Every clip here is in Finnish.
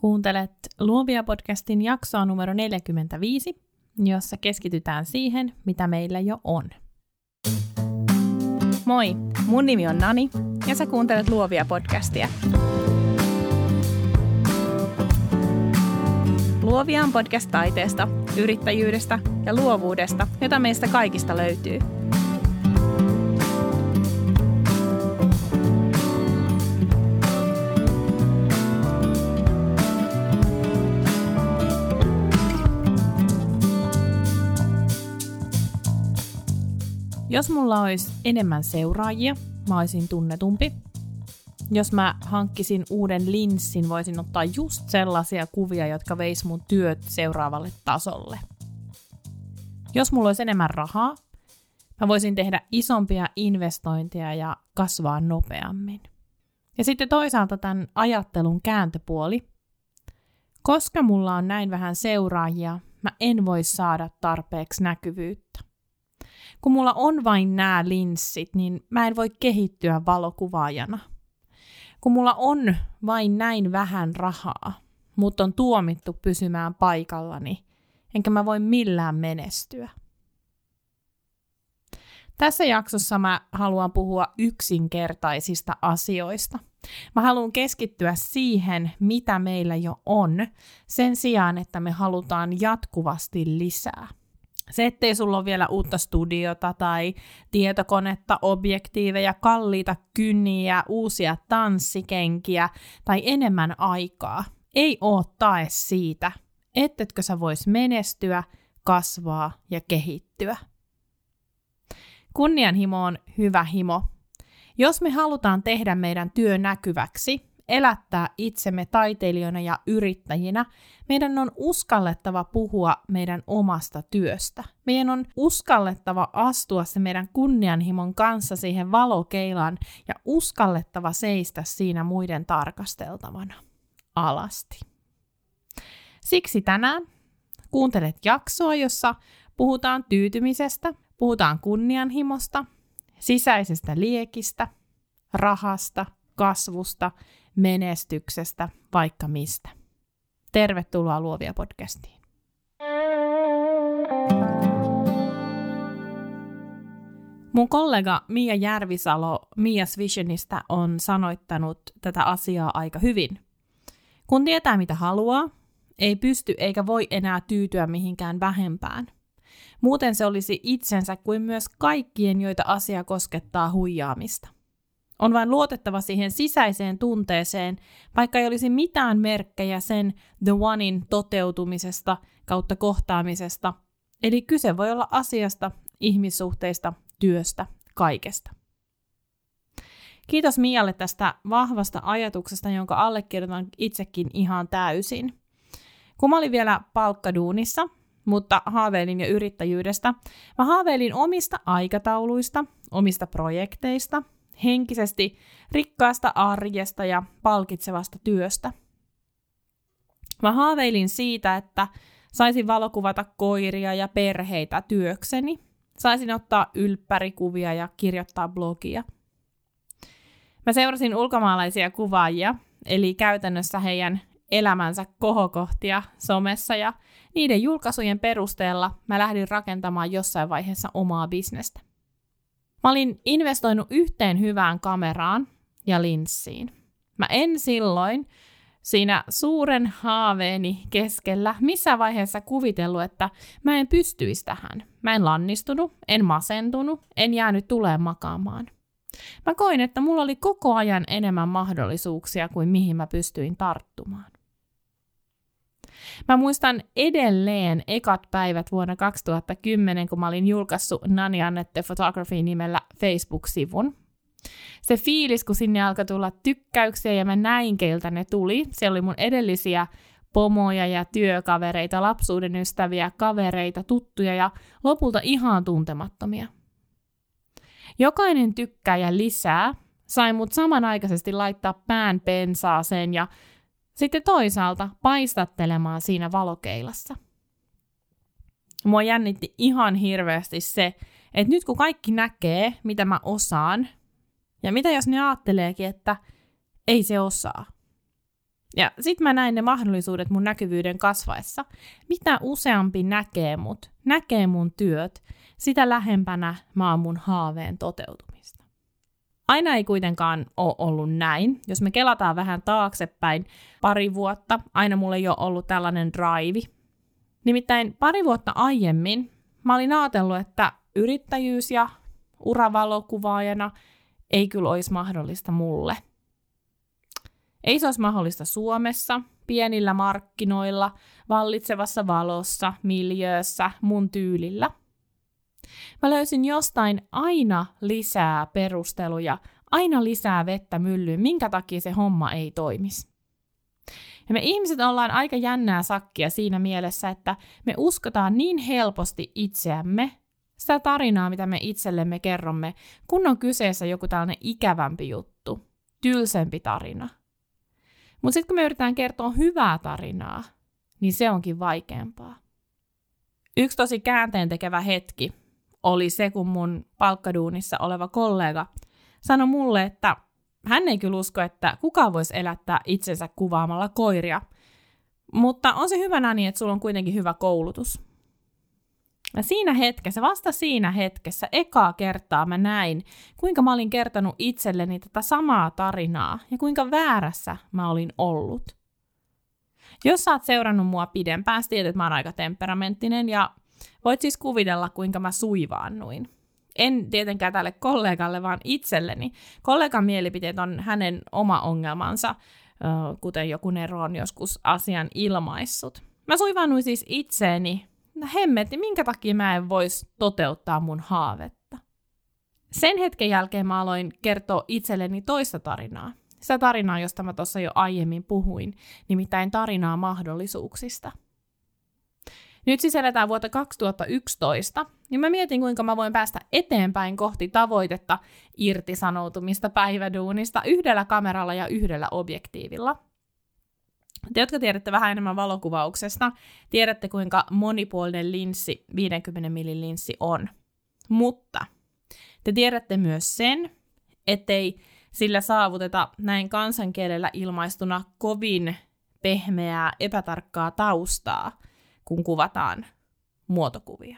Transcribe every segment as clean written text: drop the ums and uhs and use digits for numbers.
Kuuntelet Luovia podcastin jaksoa numero 45, jossa keskitytään siihen, mitä meillä jo on. Moi, mun nimi on Nani ja sä kuuntelet Luovia podcastia. Luovia on podcast taiteesta, yrittäjyydestä ja luovuudesta, jota meistä kaikista löytyy. Jos mulla olisi enemmän seuraajia, mä olisin tunnetumpi. Jos mä hankkisin uuden linssin, voisin ottaa just sellaisia kuvia, jotka veis mun työt seuraavalle tasolle. Jos mulla olisi enemmän rahaa, mä voisin tehdä isompia investointeja ja kasvaa nopeammin. Ja sitten toisaalta tämän ajattelun kääntöpuoli. Koska mulla on näin vähän seuraajia, mä en voi saada tarpeeksi näkyvyyttä. Kun mulla on vain nämä linssit, niin mä en voi kehittyä valokuvaajana. Kun mulla on vain näin vähän rahaa, mut on tuomittu pysymään paikallani, enkä mä voi millään menestyä. Tässä jaksossa mä haluan puhua yksinkertaisista asioista. Mä haluan keskittyä siihen, mitä meillä jo on, sen sijaan, että me halutaan jatkuvasti lisää. Se, ettei sulla ole vielä uutta studiota tai tietokonetta, objektiiveja, kalliita kyniä, uusia tanssikenkiä tai enemmän aikaa, ei ole tae siitä, ettetkö sä vois menestyä, kasvaa ja kehittyä. Kunnianhimo on hyvä himo. Jos me halutaan tehdä meidän työ näkyväksi, elättää itsemme taiteilijoina ja yrittäjinä, meidän on uskallettava puhua meidän omasta työstä. Meidän on uskallettava astua se meidän kunnianhimon kanssa siihen valokeilaan ja uskallettava seistä siinä muiden tarkasteltavana alasti. Siksi tänään kuuntelet jaksoa, jossa puhutaan tyytymisestä, puhutaan kunnianhimosta, sisäisestä liekistä, rahasta, kasvusta, menestyksestä, vaikka mistä. Tervetuloa Luovia podcastiin. Mun kollega Mia Järvisalo Mia's Visionista on sanoittanut tätä asiaa aika hyvin. Kun tietää mitä haluaa, ei pysty eikä voi enää tyytyä mihinkään vähempään. Muuten se olisi itsensä kuin myös kaikkien, joita asia koskettaa, huijaamista. On vain luotettava siihen sisäiseen tunteeseen, vaikka ei olisi mitään merkkejä sen the onein toteutumisesta kautta kohtaamisesta. Eli kyse voi olla asiasta, ihmissuhteista, työstä, kaikesta. Kiitos Mialle tästä vahvasta ajatuksesta, jonka allekirjoitan itsekin ihan täysin. Kun mä olin vielä palkkaduunissa, mutta haaveilin jo yrittäjyydestä, mä haaveilin omista aikatauluista, omista projekteista, henkisesti rikkaasta arjesta ja palkitsevasta työstä. Mä haaveilin siitä, että saisin valokuvata koiria ja perheitä työkseni, saisin ottaa ylppärikuvia ja kirjoittaa blogia. Mä seurasin ulkomaalaisia kuvaajia, eli käytännössä heidän elämänsä kohokohtia somessa, ja niiden julkaisujen perusteella mä lähdin rakentamaan jossain vaiheessa omaa bisnestä. Mä olin investoinut yhteen hyvään kameraan ja linssiin. Mä en silloin siinä suuren haaveeni keskellä missään vaiheessa kuvitellut, että mä en pystyisi tähän. Mä en lannistunut, en masentunut, en jäänyt tuleen makaamaan. Mä koin, että mulla oli koko ajan enemmän mahdollisuuksia kuin mihin mä pystyin tarttumaan. Mä edelleen ekat päivät vuonna 2010, kun mä olin julkaissut Nani Annette Photography nimellä Facebook-sivun. Se fiilis, kun sinne alkoi tulla tykkäyksiä ja mä näin, keiltä ne tuli. Siellä oli mun edellisiä pomoja ja työkavereita, lapsuuden ystäviä, kavereita, tuttuja ja lopulta ihan tuntemattomia. Jokainen tykkäjä lisää sai mut samanaikaisesti laittaa pään pensaaseen ja sitten toisaalta paistattelemaan siinä valokeilassa. Mua jännitti ihan hirveästi se, että nyt kun kaikki näkee, mitä mä osaan, ja mitä jos ne ajatteleekin, että ei se osaa. Ja sit mä näin ne mahdollisuudet mun näkyvyyden kasvaessa. Mitä useampi näkee mun työt, sitä lähempänä mä oon mun haaveen toteutumista. Aina ei kuitenkaan ole ollut näin. Jos me kelataan vähän taaksepäin 2 vuotta, aina mulla ei ole ollut tällainen drive. Nimittäin 2 vuotta aiemmin mä olin ajatellut, että yrittäjyys ja uravalokuvaajana ei kyllä olisi mahdollista mulle. Ei se olisi mahdollista Suomessa, pienillä markkinoilla, vallitsevassa valossa, miljöössä, mun tyylillä. Mä löysin jostain aina lisää perusteluja, aina lisää vettä myllyyn, minkä takia se homma ei toimisi. Ja me ihmiset ollaan aika jännää sakkia siinä mielessä, että me uskotaan niin helposti itseämme, sitä tarinaa, mitä me itsellemme kerromme, kun on kyseessä joku tällainen ikävämpi juttu, tylsempi tarina. Mutta sitten kun me yritetään kertoa hyvää tarinaa, niin se onkin vaikeampaa. Yksi tosi käänteentekevä hetki oli se, kun mun palkkaduunissa oleva kollega sanoi mulle, että hän ei kyllä usko, että kukaan voisi elättää itsensä kuvaamalla koiria, mutta on se hyvänä niin, että sulla on kuitenkin hyvä koulutus. Ja vasta siinä hetkessä, ekaa kertaa mä näin, kuinka mä olin kertonut itselleni tätä samaa tarinaa ja kuinka väärässä mä olin ollut. Jos sä oot seurannut mua pidempään, tiedät, että mä oon aika temperamenttinen ja voit siis kuvitella, kuinka mä suivaannuin. En tietenkään tälle kollegalle, vaan itselleni. Kollegan mielipiteet on hänen oma ongelmansa, kuten joku Nero on joskus asian ilmaissut. Mä suivaannuin siis itseeni. Hemmetti, minkä takia mä en voisi toteuttaa mun haavetta. Sen hetken jälkeen mä aloin kertoa itselleni toista tarinaa. Sitä tarinaa, josta mä tuossa jo aiemmin puhuin, nimittäin tarinaa mahdollisuuksista. Nyt siis eletään vuotta 2011, niin mä mietin, kuinka mä voin päästä eteenpäin kohti tavoitetta irtisanoutumista päiväduunista 1 kameralla ja 1 objektiivilla. Te, jotka tiedätte vähän enemmän valokuvauksesta, tiedätte, kuinka monipuolinen linssi, 50 mm linssi on. Mutta te tiedätte myös sen, ettei sillä saavuteta näin kansankielellä ilmaistuna kovin pehmeää, epätarkkaa taustaa, kun kuvataan muotokuvia.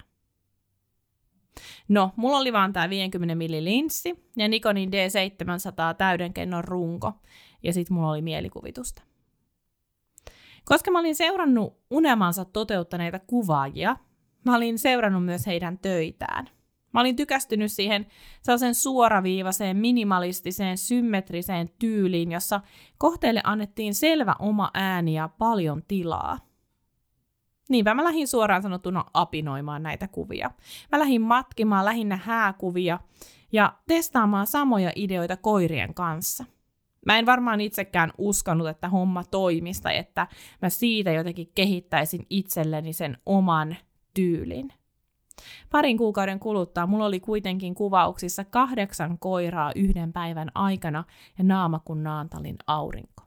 No, mulla oli vaan tää 50 mm linssi ja Nikonin D700 täydenkennon runko, ja sit mulla oli mielikuvitusta. Koska mä olin seurannut unelmansa toteuttaneita kuvaajia, mä olin seurannut myös heidän töitään. Mä olin tykästynyt siihen sellaisen suoraviivaiseen, minimalistiseen, symmetriseen tyyliin, jossa kohteelle annettiin selvä oma ääni ja paljon tilaa. Niinpä mä lähdin suoraan sanottuna apinoimaan näitä kuvia. Mä lähdin matkimaan lähinnä hääkuvia ja testaamaan samoja ideoita koirien kanssa. Mä en varmaan itsekään uskonut, että homma toimisi tai että mä siitä jotenkin kehittäisin itselleni sen oman tyylin. 2 kuukauden kuluttua mulla oli kuitenkin kuvauksissa 8 koiraa 1 päivän aikana ja naama kuin Naantalin aurinko.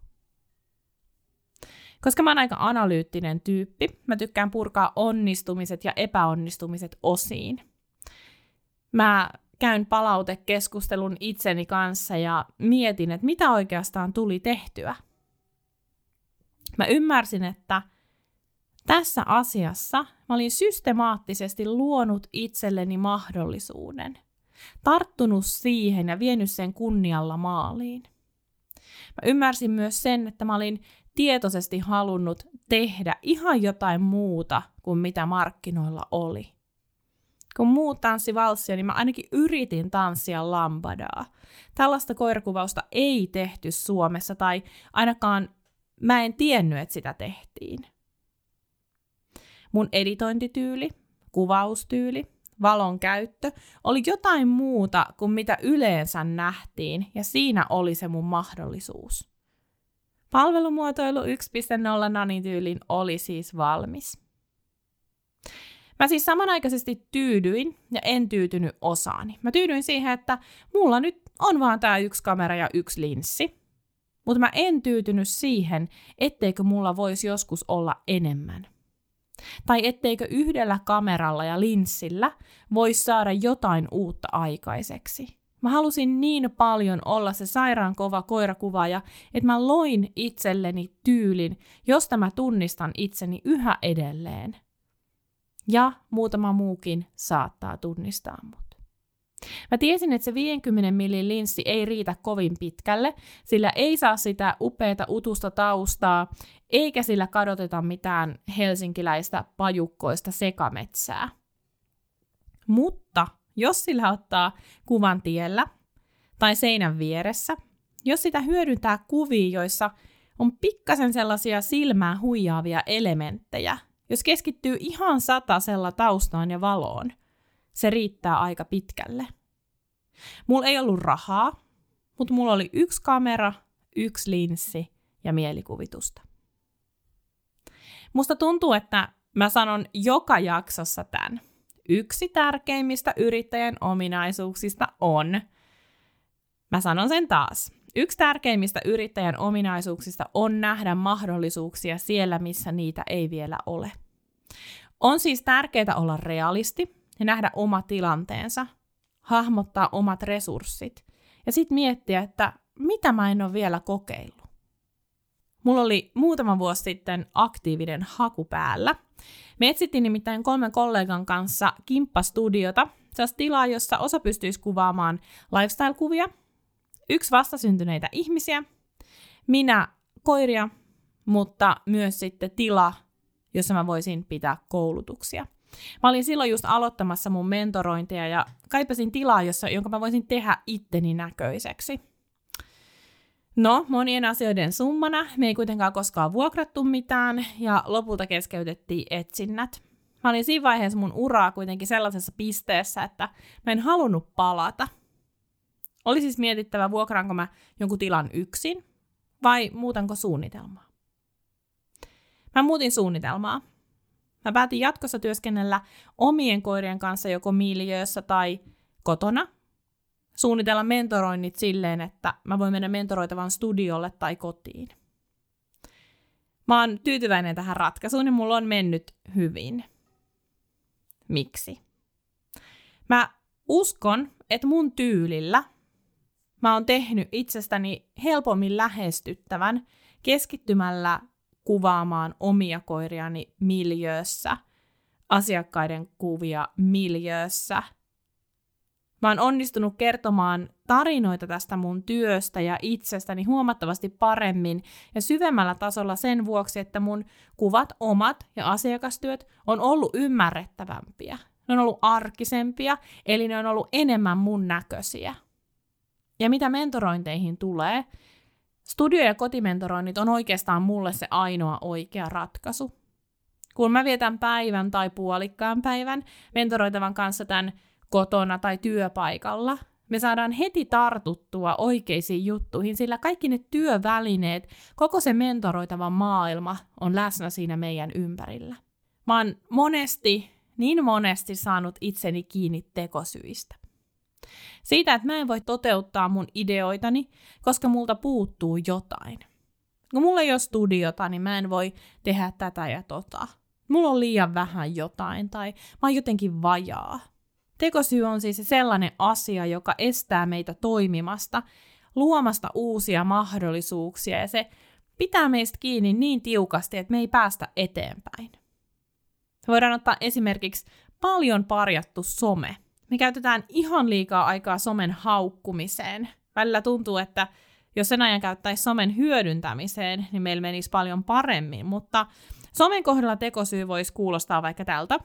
Koska mä oon aika analyyttinen tyyppi, mä tykkään purkaa onnistumiset ja epäonnistumiset osiin. Mä käyn palautekeskustelun itseni kanssa ja mietin, että mitä oikeastaan tuli tehtyä. Mä ymmärsin, että tässä asiassa mä olin systemaattisesti luonut itselleni mahdollisuuden, tarttunut siihen ja vienyt sen kunnialla maaliin. Mä ymmärsin myös sen, että mä olin tietoisesti halunnut tehdä ihan jotain muuta kuin mitä markkinoilla oli. Kun muut tanssi valssia, niin mä ainakin yritin tanssia lambadaa. Tällaista koirakuvausta ei tehty Suomessa, tai ainakaan mä en tiennyt, että sitä tehtiin. Mun editointityyli, kuvaustyyli, valon käyttö oli jotain muuta kuin mitä yleensä nähtiin, ja siinä oli se mun mahdollisuus. Palvelumuotoilu 1.0 Nani-tyylin oli siis valmis. Mä siis samanaikaisesti tyydyin ja en tyytynyt osaani. Mä tyydyin siihen, että mulla nyt on vaan tää 1 kamera ja 1 linssi, mutta mä en tyytynyt siihen, etteikö mulla voisi joskus olla enemmän. Tai etteikö 1 kameralla ja linssillä voisi saada jotain uutta aikaiseksi. Mä halusin niin paljon olla se sairaan kova koirakuvaaja, että mä loin itselleni tyylin, josta mä tunnistan itseni yhä edelleen. Ja muutama muukin saattaa tunnistaa mut. Mä tiesin, että se 50 millin linssi ei riitä kovin pitkälle, sillä ei saa sitä upeata utusta taustaa, eikä sillä kadoteta mitään helsinkiläistä pajukkoista sekametsää. Mutta jos sillä ottaa kuvan tiellä tai seinän vieressä, jos sitä hyödyntää kuvia, joissa on pikkasen sellaisia silmää huijaavia elementtejä, jos keskittyy ihan satasella taustaan ja valoon, se riittää aika pitkälle. Mulla ei ollut rahaa, mutta mulla oli 1 kamera, 1 linssi ja mielikuvitusta. Musta tuntuu, että mä sanon joka jaksossa tämän. Yksi tärkeimmistä yrittäjän ominaisuuksista on, mä sanon sen taas, yksi tärkeimmistä yrittäjän ominaisuuksista on nähdä mahdollisuuksia siellä, missä niitä ei vielä ole. On siis tärkeää olla realisti ja nähdä oma tilanteensa, hahmottaa omat resurssit ja sitten miettiä, että mitä mä en ole vielä kokeillut. Mulla oli muutama vuosi sitten aktiivinen haku päällä. Me etsittiin nimittäin 3 kollegan kanssa kimppastudiota, sellaista tilaa, jossa osa pystyisi kuvaamaan lifestyle-kuvia, 1 vastasyntyneitä ihmisiä, minä koiria, mutta myös sitten tila, jossa mä voisin pitää koulutuksia. Mä olin silloin just aloittamassa mun mentorointia ja kaipasin tilaa, jonka mä voisin tehdä itteni näköiseksi. No, monien asioiden summana me ei kuitenkaan koskaan vuokrattu mitään ja lopulta keskeytettiin etsinnät. Mä olin siinä vaiheessa mun uraa kuitenkin sellaisessa pisteessä, että mä en halunnut palata. Oli siis mietittävä, vuokraanko mä jonkun tilan yksin vai muutanko suunnitelmaa. Mä muutin suunnitelmaa. Mä päätin jatkossa työskennellä omien koirien kanssa joko miljöössä tai kotona. Suunnitella mentoroinnit silleen, että mä voin mennä mentoroitavan studiolle tai kotiin. Mä oon tyytyväinen tähän ratkaisuun ja mulla on mennyt hyvin. Miksi? Mä uskon, että mun tyylillä mä oon tehnyt itsestäni helpommin lähestyttävän keskittymällä kuvaamaan omia koiriani miljöössä, asiakkaiden kuvia miljöössä. Mä oon onnistunut kertomaan tarinoita tästä mun työstä ja itsestäni huomattavasti paremmin ja syvemmällä tasolla sen vuoksi, että mun kuvat, omat ja asiakastyöt on ollut ymmärrettävämpiä. Ne on ollut arkisempia, eli ne on ollut enemmän mun näköisiä. Ja mitä mentorointeihin tulee, studio- ja kotimentoroinnit on oikeastaan mulle se ainoa oikea ratkaisu. Kun mä vietän päivän tai puolikkaan päivän mentoroitavan kanssa tämän kotona tai työpaikalla, me saadaan heti tartuttua oikeisiin juttuihin, sillä kaikki ne työvälineet, koko se mentoroitava maailma on läsnä siinä meidän ympärillä. Mä oon niin monesti saanut itseni kiinni tekosyistä. Siitä, että mä en voi toteuttaa mun ideoitani, koska multa puuttuu jotain. Kun mulla ei ole studiota, niin mä en voi tehdä tätä ja tota. Mulla on liian vähän jotain tai mä oon jotenkin vajaa. Tekosyy on siis sellainen asia, joka estää meitä toimimasta, luomasta uusia mahdollisuuksia ja se pitää meistä kiinni niin tiukasti, että me ei päästä eteenpäin. Voidaan ottaa esimerkiksi paljon parjattu some. Me käytetään ihan liikaa aikaa somen haukkumiseen. Välillä tuntuu, että jos sen ajan käyttäisi somen hyödyntämiseen, niin meillä menisi paljon paremmin, mutta somen kohdalla tekosyy voisi kuulostaa vaikka tältä.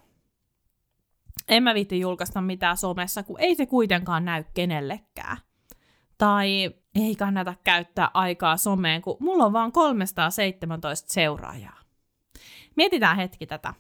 En mä viitti julkaista mitään somessa, kun ei se kuitenkaan näy kenellekään. Tai ei kannata käyttää aikaa someen, kun mulla on vaan 317 seuraajaa. Mietitään hetki tätä.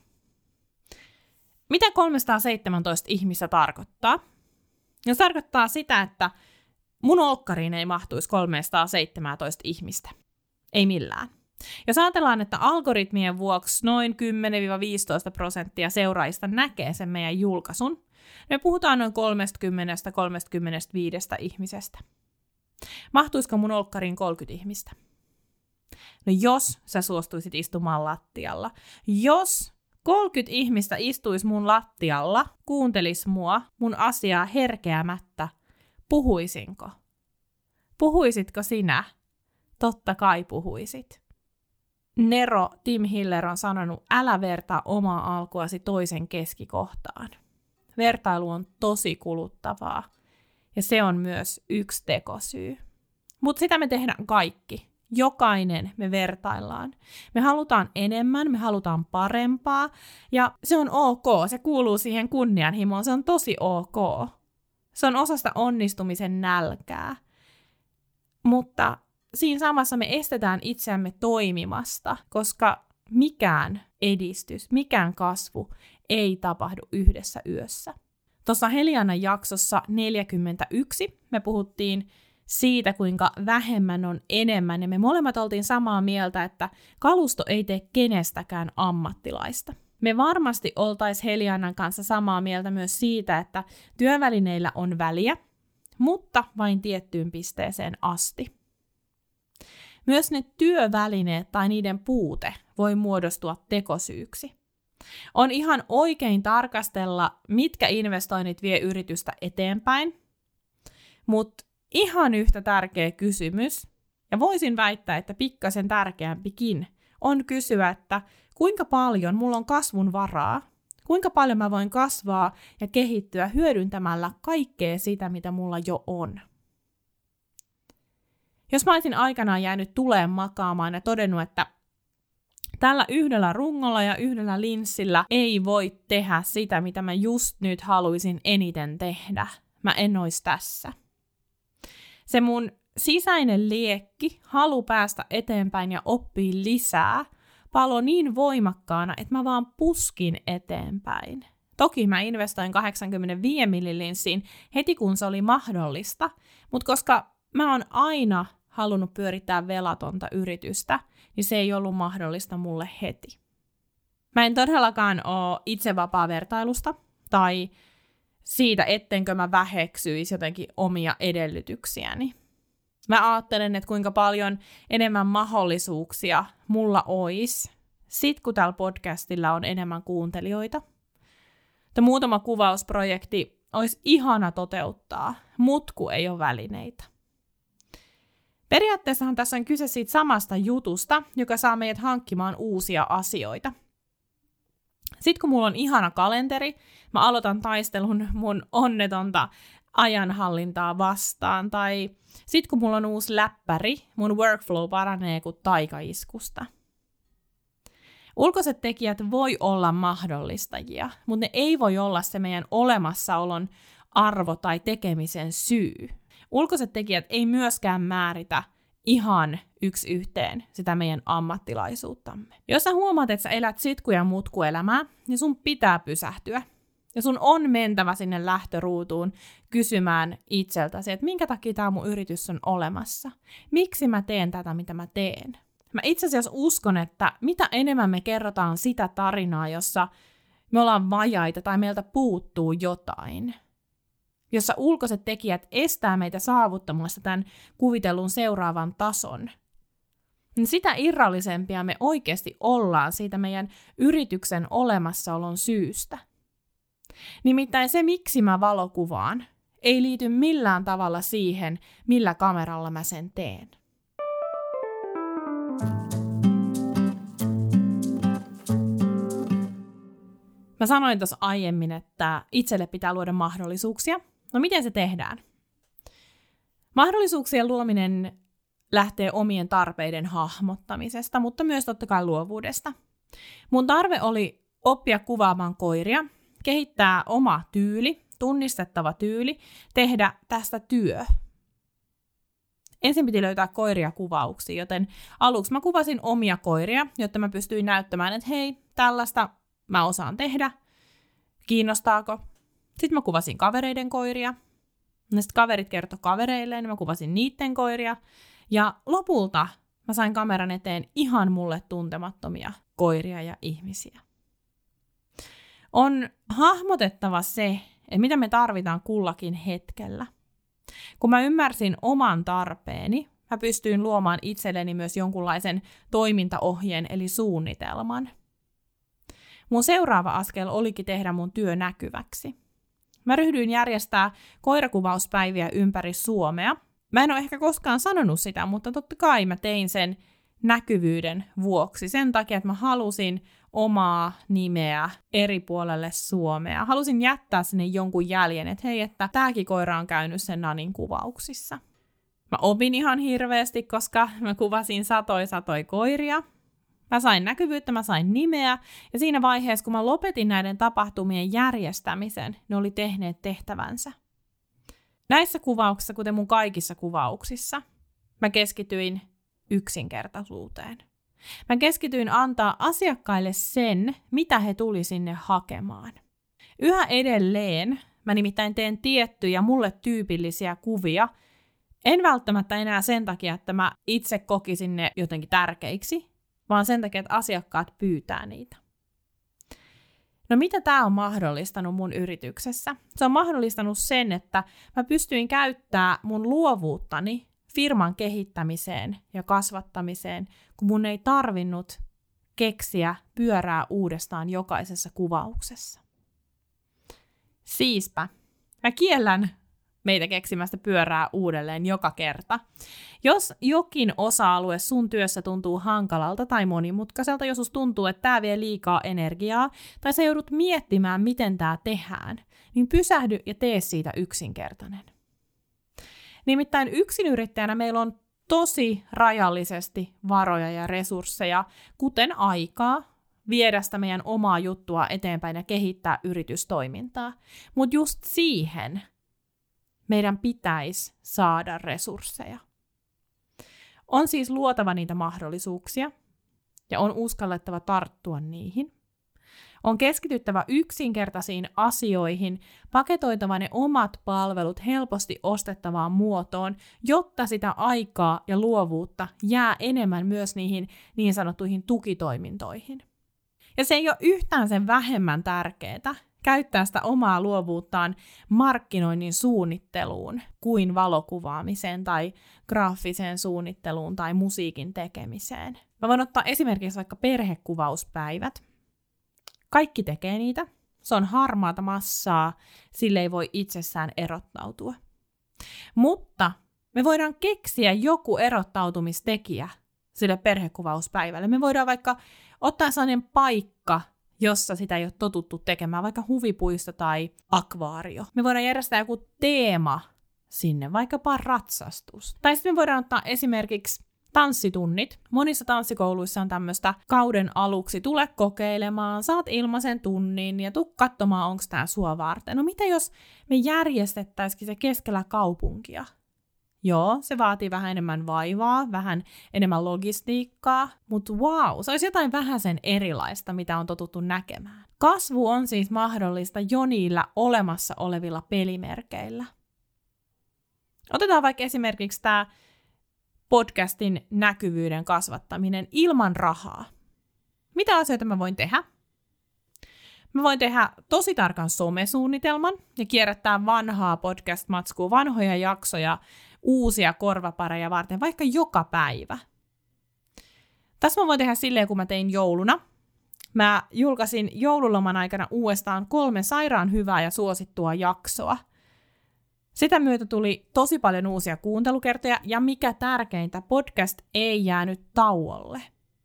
Mitä 317 ihmistä tarkoittaa? Se tarkoittaa sitä, että mun olkkariin ei mahtuisi 317 ihmistä. Ei millään. Jos ajatellaan, että algoritmien vuoksi noin 10-15% seuraajista näkee sen meidän julkaisun, me puhutaan noin 30-35 ihmisestä. Mahtuisiko mun olkkariin 30 ihmistä? No jos sä suostuisit istumaan lattialla, jos 30 ihmistä istuisi mun lattialla, kuuntelis mua, mun asiaa herkeämättä, puhuisinko? Puhuisitko sinä? Totta kai puhuisit. Nero Tim Hiller on sanonut, älä vertaa omaa alkuasi toisen keskikohtaan. Vertailu on tosi kuluttavaa ja se on myös yksi tekosyy. Mutta sitä me tehdään kaikki. Jokainen me vertaillaan. Me halutaan enemmän, me halutaan parempaa ja se on ok, se kuuluu siihen kunnianhimoon, se on tosi ok. Se on osa sitä onnistumisen nälkää. Mutta siinä samassa me estetään itseämme toimimasta, koska mikään edistys, mikään kasvu ei tapahdu yhdessä yössä. Tuossa Helianan jaksossa 41 me puhuttiin siitä, kuinka vähemmän on enemmän, ja me molemmat oltiin samaa mieltä, että kalusto ei tee kenestäkään ammattilaista. Me varmasti oltaisiin Helianan kanssa samaa mieltä myös siitä, että työvälineillä on väliä, mutta vain tiettyyn pisteeseen asti. Myös ne työvälineet tai niiden puute voi muodostua tekosyyksi. On ihan oikein tarkastella, mitkä investoinnit vie yritystä eteenpäin, mutta ihan yhtä tärkeä kysymys, ja voisin väittää, että pikkasen tärkeämpikin, on kysyä, että kuinka paljon mulla on kasvun varaa, kuinka paljon mä voin kasvaa ja kehittyä hyödyntämällä kaikkea sitä, mitä mulla jo on. Jos mä olisin aikanaan jäänyt tuleen makaamaan ja todennut, että tällä yhdellä rungolla ja yhdellä linssillä ei voi tehdä sitä, mitä mä just nyt haluaisin eniten tehdä, mä en ois tässä. Se mun sisäinen liekki, halu päästä eteenpäin ja oppia lisää, palo niin voimakkaana, että mä vaan puskin eteenpäin. Toki mä investoin 85 millilinssiin heti kun se oli mahdollista, mutta koska mä oon aina halunnut pyörittää velatonta yritystä, niin se ei ollut mahdollista mulle heti. Mä en todellakaan ole itse vapaa vertailusta tai siitä, ettenkö mä väheksyisi jotenkin omia edellytyksiäni. Mä ajattelen, että kuinka paljon enemmän mahdollisuuksia mulla olisi, sit kun tällä podcastilla on enemmän kuuntelijoita. Muutama kuvausprojekti olisi ihana toteuttaa, mut kun ei ole välineitä. Periaatteessahan tässä on kyse siitä samasta jutusta, joka saa meidät hankkimaan uusia asioita. Sitten kun mulla on ihana kalenteri, mä aloitan taistelun mun onnetonta ajanhallintaa vastaan, tai sitten kun mulla on uusi läppäri, mun workflow paranee kuin taikaiskusta. Ulkoiset tekijät voi olla mahdollistajia, mutta ne ei voi olla se meidän olemassaolon arvo tai tekemisen syy. Ulkoiset tekijät ei myöskään määritä ihan yksi yhteen sitä meidän ammattilaisuuttamme. Jos sä huomaat, että sä elät sitku- ja mutkuelämää, niin sun pitää pysähtyä. Ja sun on mentävä sinne lähtöruutuun kysymään itseltäsi, että minkä takia tämä mun yritys on olemassa. Miksi mä teen tätä, mitä mä teen? Mä itse asiassa uskon, että mitä enemmän me kerrotaan sitä tarinaa, jossa me ollaan vajaita tai meiltä puuttuu jotain, jossa ulkoiset tekijät estää meitä saavuttamasta tämän kuvitellun seuraavan tason, niin sitä irrallisempia me oikeasti ollaan siitä meidän yrityksen olemassaolon syystä. Nimittäin se, miksi mä valokuvaan, ei liity millään tavalla siihen, millä kameralla mä sen teen. Mä sanoin tuossa aiemmin, että itselle pitää luoda mahdollisuuksia. No miten se tehdään? Mahdollisuuksien luominen lähtee omien tarpeiden hahmottamisesta, mutta myös totta kai luovuudesta. Mun tarve oli oppia kuvaamaan koiria, kehittää oma tyyli, tunnistettava tyyli, tehdä tästä työ. Ensin piti löytää koiria kuvauksiin, joten aluksi mä kuvasin omia koiria, jotta mä pystyin näyttämään, että hei, tällaista mä osaan tehdä, kiinnostaako? Sitten mä kuvasin kavereiden koiria, ja sitten kaverit kertoi kavereilleen, mä kuvasin niiden koiria, ja lopulta mä sain kameran eteen ihan mulle tuntemattomia koiria ja ihmisiä. On hahmotettava se, että mitä me tarvitaan kullakin hetkellä. Kun mä ymmärsin oman tarpeeni, mä pystyin luomaan itselleni myös jonkunlaisen toimintaohjeen eli suunnitelman. Mun seuraava askel olikin tehdä mun työ näkyväksi. Mä ryhdyin järjestää koirakuvauspäiviä ympäri Suomea. Mä en ole ehkä koskaan sanonut sitä, mutta totta kai mä tein sen näkyvyyden vuoksi. Sen takia, että mä halusin omaa nimeä eri puolelle Suomea. Halusin jättää sinne jonkun jäljen, että hei, että tääkin koira on käynyt sen Nanin kuvauksissa. Mä opin ihan hirveästi, koska mä kuvasin satoi koiria. Mä sain näkyvyyttä, mä sain nimeä, ja siinä vaiheessa, kun mä lopetin näiden tapahtumien järjestämisen, ne oli tehneet tehtävänsä. Näissä kuvauksissa, kuten mun kaikissa kuvauksissa, mä keskityin yksinkertaisuuteen. Mä keskityin antaa asiakkaille sen, mitä he tuli sinne hakemaan. Yhä edelleen mä nimittäin teen tiettyjä mulle tyypillisiä kuvia, en välttämättä enää sen takia, että mä itse kokisin ne jotenkin tärkeiksi, vaan sen takia, että asiakkaat pyytää niitä. No mitä tämä on mahdollistanut mun yrityksessä? Se on mahdollistanut sen, että mä pystyin käyttämään mun luovuuttani firman kehittämiseen ja kasvattamiseen, kun mun ei tarvinnut keksiä pyörää uudestaan jokaisessa kuvauksessa. Siispä, mä kiellän meitä keksimästä pyörää uudelleen joka kerta. Jos jokin osa-alue sun työssä tuntuu hankalalta tai monimutkaiselta, jos tuntuu, että tämä vie liikaa energiaa, tai sä joudut miettimään, miten tämä tehdään, niin pysähdy ja tee siitä yksinkertainen. Nimittäin yksinyrittäjänä meillä on tosi rajallisesti varoja ja resursseja, kuten aikaa, viedä sitä meidän omaa juttua eteenpäin ja kehittää yritystoimintaa. Mutta just siihen meidän pitäisi saada resursseja. On siis luotava niitä mahdollisuuksia ja on uskallettava tarttua niihin. On keskityttävä yksinkertaisiin asioihin, paketoitava ne omat palvelut helposti ostettavaan muotoon, jotta sitä aikaa ja luovuutta jää enemmän myös niihin niin sanottuihin tukitoimintoihin. Ja se ei ole yhtään sen vähemmän tärkeää käyttää sitä omaa luovuuttaan markkinoinnin suunnitteluun kuin valokuvaamiseen tai graafiseen suunnitteluun tai musiikin tekemiseen. Mä voin ottaa esimerkiksi vaikka perhekuvauspäivät. Kaikki tekee niitä. Se on harmaata massaa, sille ei voi itsessään erottautua. Mutta me voidaan keksiä joku erottautumistekijä sille perhekuvauspäivälle. Me voidaan vaikka ottaa sellainen paikka, jossa sitä ei ole totuttu tekemään, vaikka huvipuisto tai akvaario. Me voidaan järjestää joku teema sinne, vaikkapa ratsastus. Tai sitten me voidaan ottaa esimerkiksi tanssitunnit. Monissa tanssikouluissa on tämmöistä kauden aluksi, tule kokeilemaan, saat ilmaisen tunnin ja tuu katsomaan, onko tämä sua varten. No mitä jos me järjestettäisikin se keskellä kaupunkia? Joo, se vaatii vähän enemmän vaivaa, vähän enemmän logistiikkaa, mutta wow, se olisi jotain vähäsen erilaista, mitä on totuttu näkemään. Kasvu on siis mahdollista jo niillä olemassa olevilla pelimerkeillä. Otetaan vaikka esimerkiksi tämä podcastin näkyvyyden kasvattaminen ilman rahaa. Mitä asioita mä voin tehdä? Mä voin tehdä tosi tarkan somesuunnitelman ja kierrättää vanhaa podcast-matskua, vanhoja jaksoja, uusia korvapareja varten, vaikka joka päivä. Tässä mä voin tehdä silleen, kun mä tein jouluna. Mä julkaisin joululoman aikana uudestaan 3 sairaan hyvää ja suosittua jaksoa. Sitä myötä tuli tosi paljon uusia kuuntelukertoja, ja mikä tärkeintä, podcast ei jäänyt tauolle.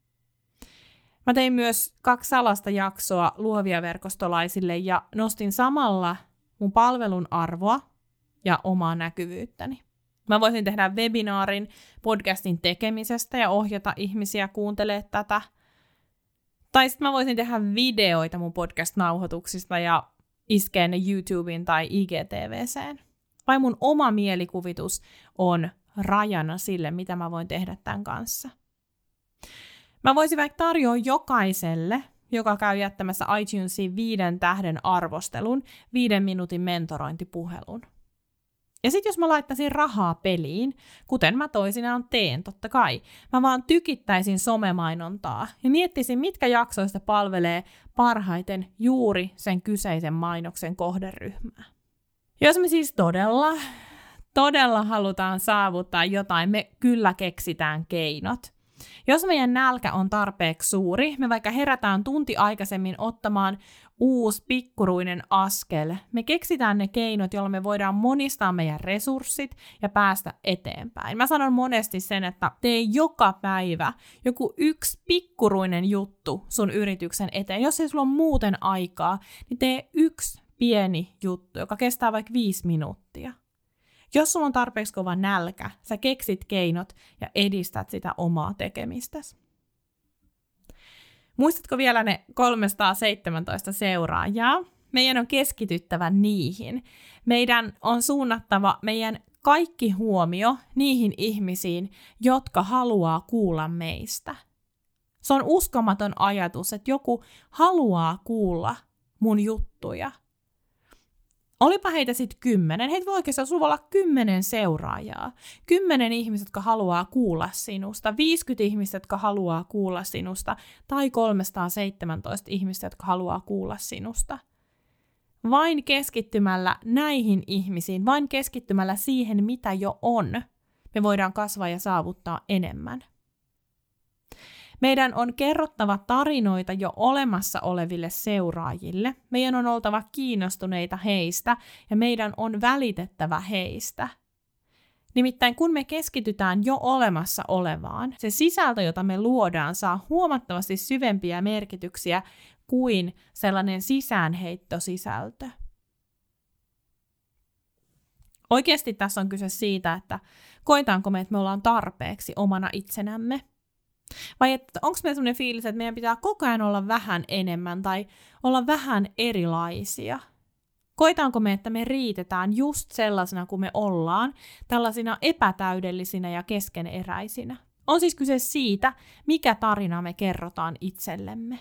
Mä tein myös 2 salasta jaksoa luovia verkostolaisille, ja nostin samalla mun palvelun arvoa ja omaa näkyvyyttäni. Mä voisin tehdä webinaarin podcastin tekemisestä ja ohjata ihmisiä kuuntelemaan tätä. Tai sitten mä voisin tehdä videoita mun podcast-nauhoituksista ja iskeä ne YouTubeen tai IGTV:seen. Vai mun oma mielikuvitus on rajana sille, mitä mä voin tehdä tämän kanssa. Mä voisin vaikka tarjoa jokaiselle, joka käy jättämässä iTunesiin 5 tähden arvostelun, 5 minuutin mentorointipuhelun. Ja sitten jos mä laittaisin rahaa peliin, kuten mä toisinaan teen totta kai, mä vaan tykittäisin somemainontaa ja miettisin, mitkä jaksoista palvelee parhaiten juuri sen kyseisen mainoksen kohderyhmää. Jos me siis todella halutaan saavuttaa jotain, me kyllä keksitään keinot. Jos meidän nälkä on tarpeeksi suuri, me vaikka herätään tunti aikaisemmin ottamaan uusi pikkuruinen askel. Me keksitään ne keinot, joilla me voidaan monistaa meidän resurssit ja päästä eteenpäin. Mä sanon monesti sen, että tee joka päivä joku yksi pikkuruinen juttu sun yrityksen eteen. Jos ei sulla ole muuten aikaa, niin tee yksi pieni juttu, joka kestää vaikka 5 minuuttia. Jos sulla on tarpeeksi kova nälkä, sä keksit keinot ja edistät sitä omaa tekemistäsi. Muistatko vielä ne 317 seuraajaa? Meidän on keskityttävä niihin. Meidän on suunnattava meidän kaikki huomio niihin ihmisiin, jotka haluaa kuulla meistä. Se on uskomaton ajatus, että joku haluaa kuulla mun juttuja. Olipa heitä sitten 10, heitä voi oikeastaan sulla olla 10 seuraajaa, 10 ihmistä, jotka haluaa kuulla sinusta, 50 ihmistä, jotka haluaa kuulla sinusta, tai 317 ihmistä, jotka haluaa kuulla sinusta. Vain keskittymällä näihin ihmisiin, vain keskittymällä siihen, mitä jo on, me voidaan kasvaa ja saavuttaa enemmän. Meidän on kerrottava tarinoita jo olemassa oleville seuraajille. Meidän on oltava kiinnostuneita heistä ja meidän on välitettävä heistä. Nimittäin kun me keskitytään jo olemassa olevaan, se sisältö, jota me luodaan, saa huomattavasti syvempiä merkityksiä kuin sellainen sisäänheittosisältö. Oikeasti tässä on kyse siitä, että koetaanko me, että me ollaan tarpeeksi omana itsenämme. Vai että onko meillä sellainen fiilis, että meidän pitää koko ajan olla vähän enemmän tai olla vähän erilaisia? Koetaanko me, että me riitetään just sellaisena kuin me ollaan, tällaisina epätäydellisinä ja keskeneräisinä? On siis kyse siitä, mikä tarina me kerrotaan itsellemme.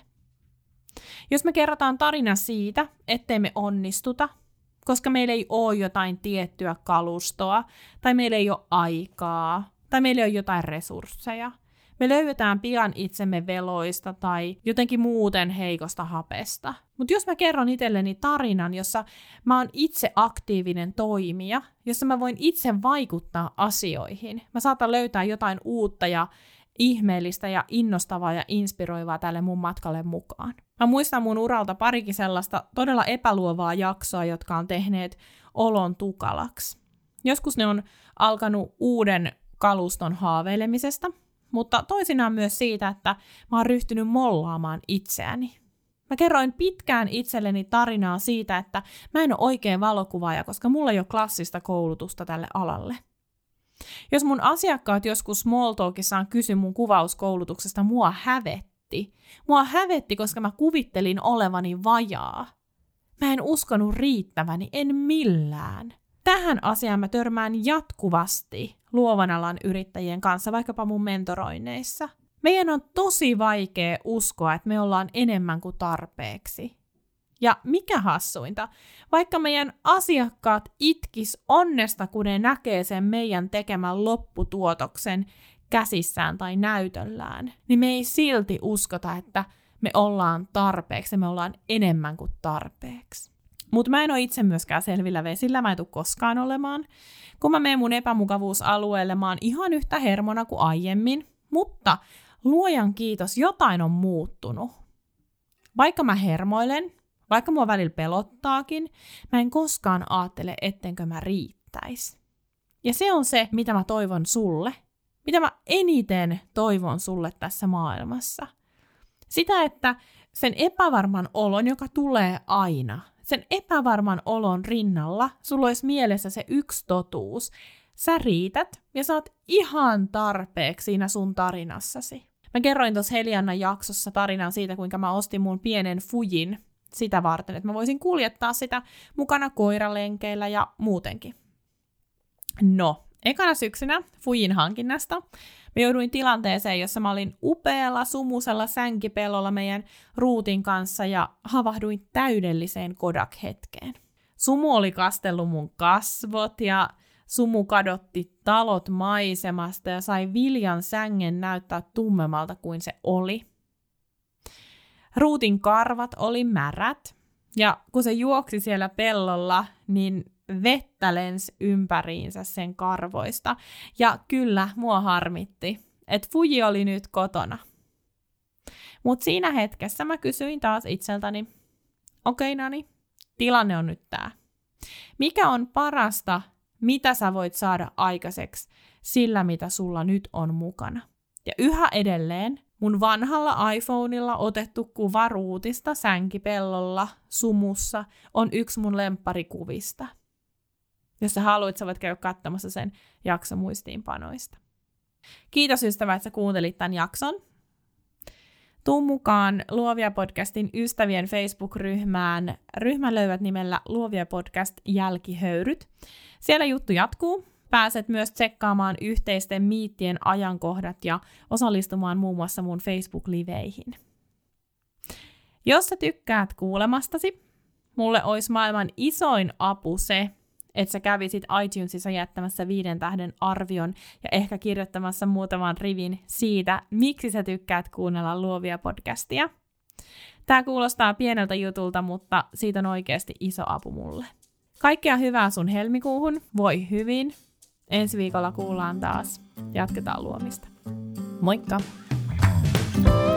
Jos me kerrotaan tarina siitä, ettei me onnistuta, koska meillä ei ole jotain tiettyä kalustoa, tai meillä ei ole aikaa, tai meillä ei ole jotain resursseja, me löydetään pian itsemme veloista tai jotenkin muuten heikosta hapesta. Mutta jos mä kerron itselleni tarinan, jossa mä oon itse aktiivinen toimija, jossa mä voin itse vaikuttaa asioihin, mä saatan löytää jotain uutta ja ihmeellistä ja innostavaa ja inspiroivaa tälle mun matkalle mukaan. Mä muistan mun uralta parikin sellaista todella epäluovaa jaksoa, jotka on tehneet olon tukalaksi. Joskus ne on alkanut uuden kaluston haaveilemisesta, mutta toisinaan myös siitä, että mä oon ryhtynyt mollaamaan itseäni. Mä kerroin pitkään itselleni tarinaa siitä, että mä en ole oikein valokuvaaja, koska mulla ei ole klassista koulutusta tälle alalle. Jos mun asiakkaat joskus small talkissaan kysyi mun kuvauskoulutuksesta, mua hävetti. Mua hävetti, koska mä kuvittelin olevani vajaa. Mä en uskonut riittäväni, en millään. Tähän asiaan mä törmään jatkuvasti luovan alan yrittäjien kanssa, vaikkapa mun mentoroinneissa. Meidän on tosi vaikea uskoa, että me ollaan enemmän kuin tarpeeksi. Ja mikä hassuinta, vaikka meidän asiakkaat itkis onnesta, kun ne näkee sen meidän tekemän lopputuotoksen käsissään tai näytöllään, niin me ei silti uskota, että me ollaan tarpeeksi, me ollaan enemmän kuin tarpeeksi. Mutta mä en ole itse myöskään selvillä vesillä, mä en tule koskaan olemaan. Kun mä menen mun epämukavuusalueelle, mä oon ihan yhtä hermona kuin aiemmin, mutta luojan kiitos, jotain on muuttunut. Vaikka mä hermoilen, vaikka mua välillä pelottaakin, mä en koskaan ajattele, ettenkö mä riittäisi. Ja se on se, mitä mä toivon sulle, mitä mä eniten toivon sulle tässä maailmassa. Sitä, että sen epävarman olon, joka tulee aina, sen epävarman olon rinnalla sulla olisi mielessä se yksi totuus. Sä riität ja sä oot ihan tarpeeksi siinä sun tarinassasi. Mä kerroin tuossa Heliannan jaksossa tarinan siitä, kuinka mä ostin mun pienen Fujin sitä varten, että mä voisin kuljettaa sitä mukana koiralenkeillä ja muutenkin. No, ekana syksynä Fujin hankinnasta mä jouduin tilanteeseen, jossa mä olin upealla, sumusella sänkipellolla meidän Ruutin kanssa ja havahduin täydelliseen Kodak-hetkeen. Sumu oli kastellut mun kasvot ja sumu kadotti talot maisemasta ja sai Viljan sängen näyttää tummemmalta kuin se oli. Ruutin karvat oli märät ja kun se juoksi siellä pellolla, niin vettä lensi ympäriinsä sen karvoista. Ja kyllä, mua harmitti. että Fuji oli nyt kotona. Mutta siinä hetkessä mä kysyin taas itseltäni, okei Nani, tilanne on nyt tää. Mikä on parasta, mitä sä voit saada aikaiseksi sillä, mitä sulla nyt on mukana? Ja yhä edelleen mun vanhalla iPhoneilla otettu kuva ruutista sänkipellolla sumussa on yksi mun lempparikuvista. Jos sä haluat, sä voit käydä katsomassa sen jaksomuistiinpanoista. Kiitos ystävä, että sä kuuntelit tämän jakson. Tuu mukaan Luovia podcastin ystävien Facebook-ryhmään. Ryhmän löydät nimellä Luovia podcast jälkihöyryt. Siellä juttu jatkuu. Pääset myös tsekkaamaan yhteisten miittien ajankohdat ja osallistumaan muun muassa mun Facebook-liveihin. Jos sä tykkäät kuulemastasi, mulle olisi maailman isoin apu se, että sä kävisit iTunesissa jättämässä 5 tähden arvion ja ehkä kirjoittamassa muutaman rivin siitä, miksi sä tykkäät kuunnella Luovia podcastia. Tää kuulostaa pieneltä jutulta, mutta siitä on oikeasti iso apu mulle. Kaikkea hyvää sun helmikuuhun, voi hyvin. Ensi viikolla kuullaan taas. Jatketaan luomista. Moikka!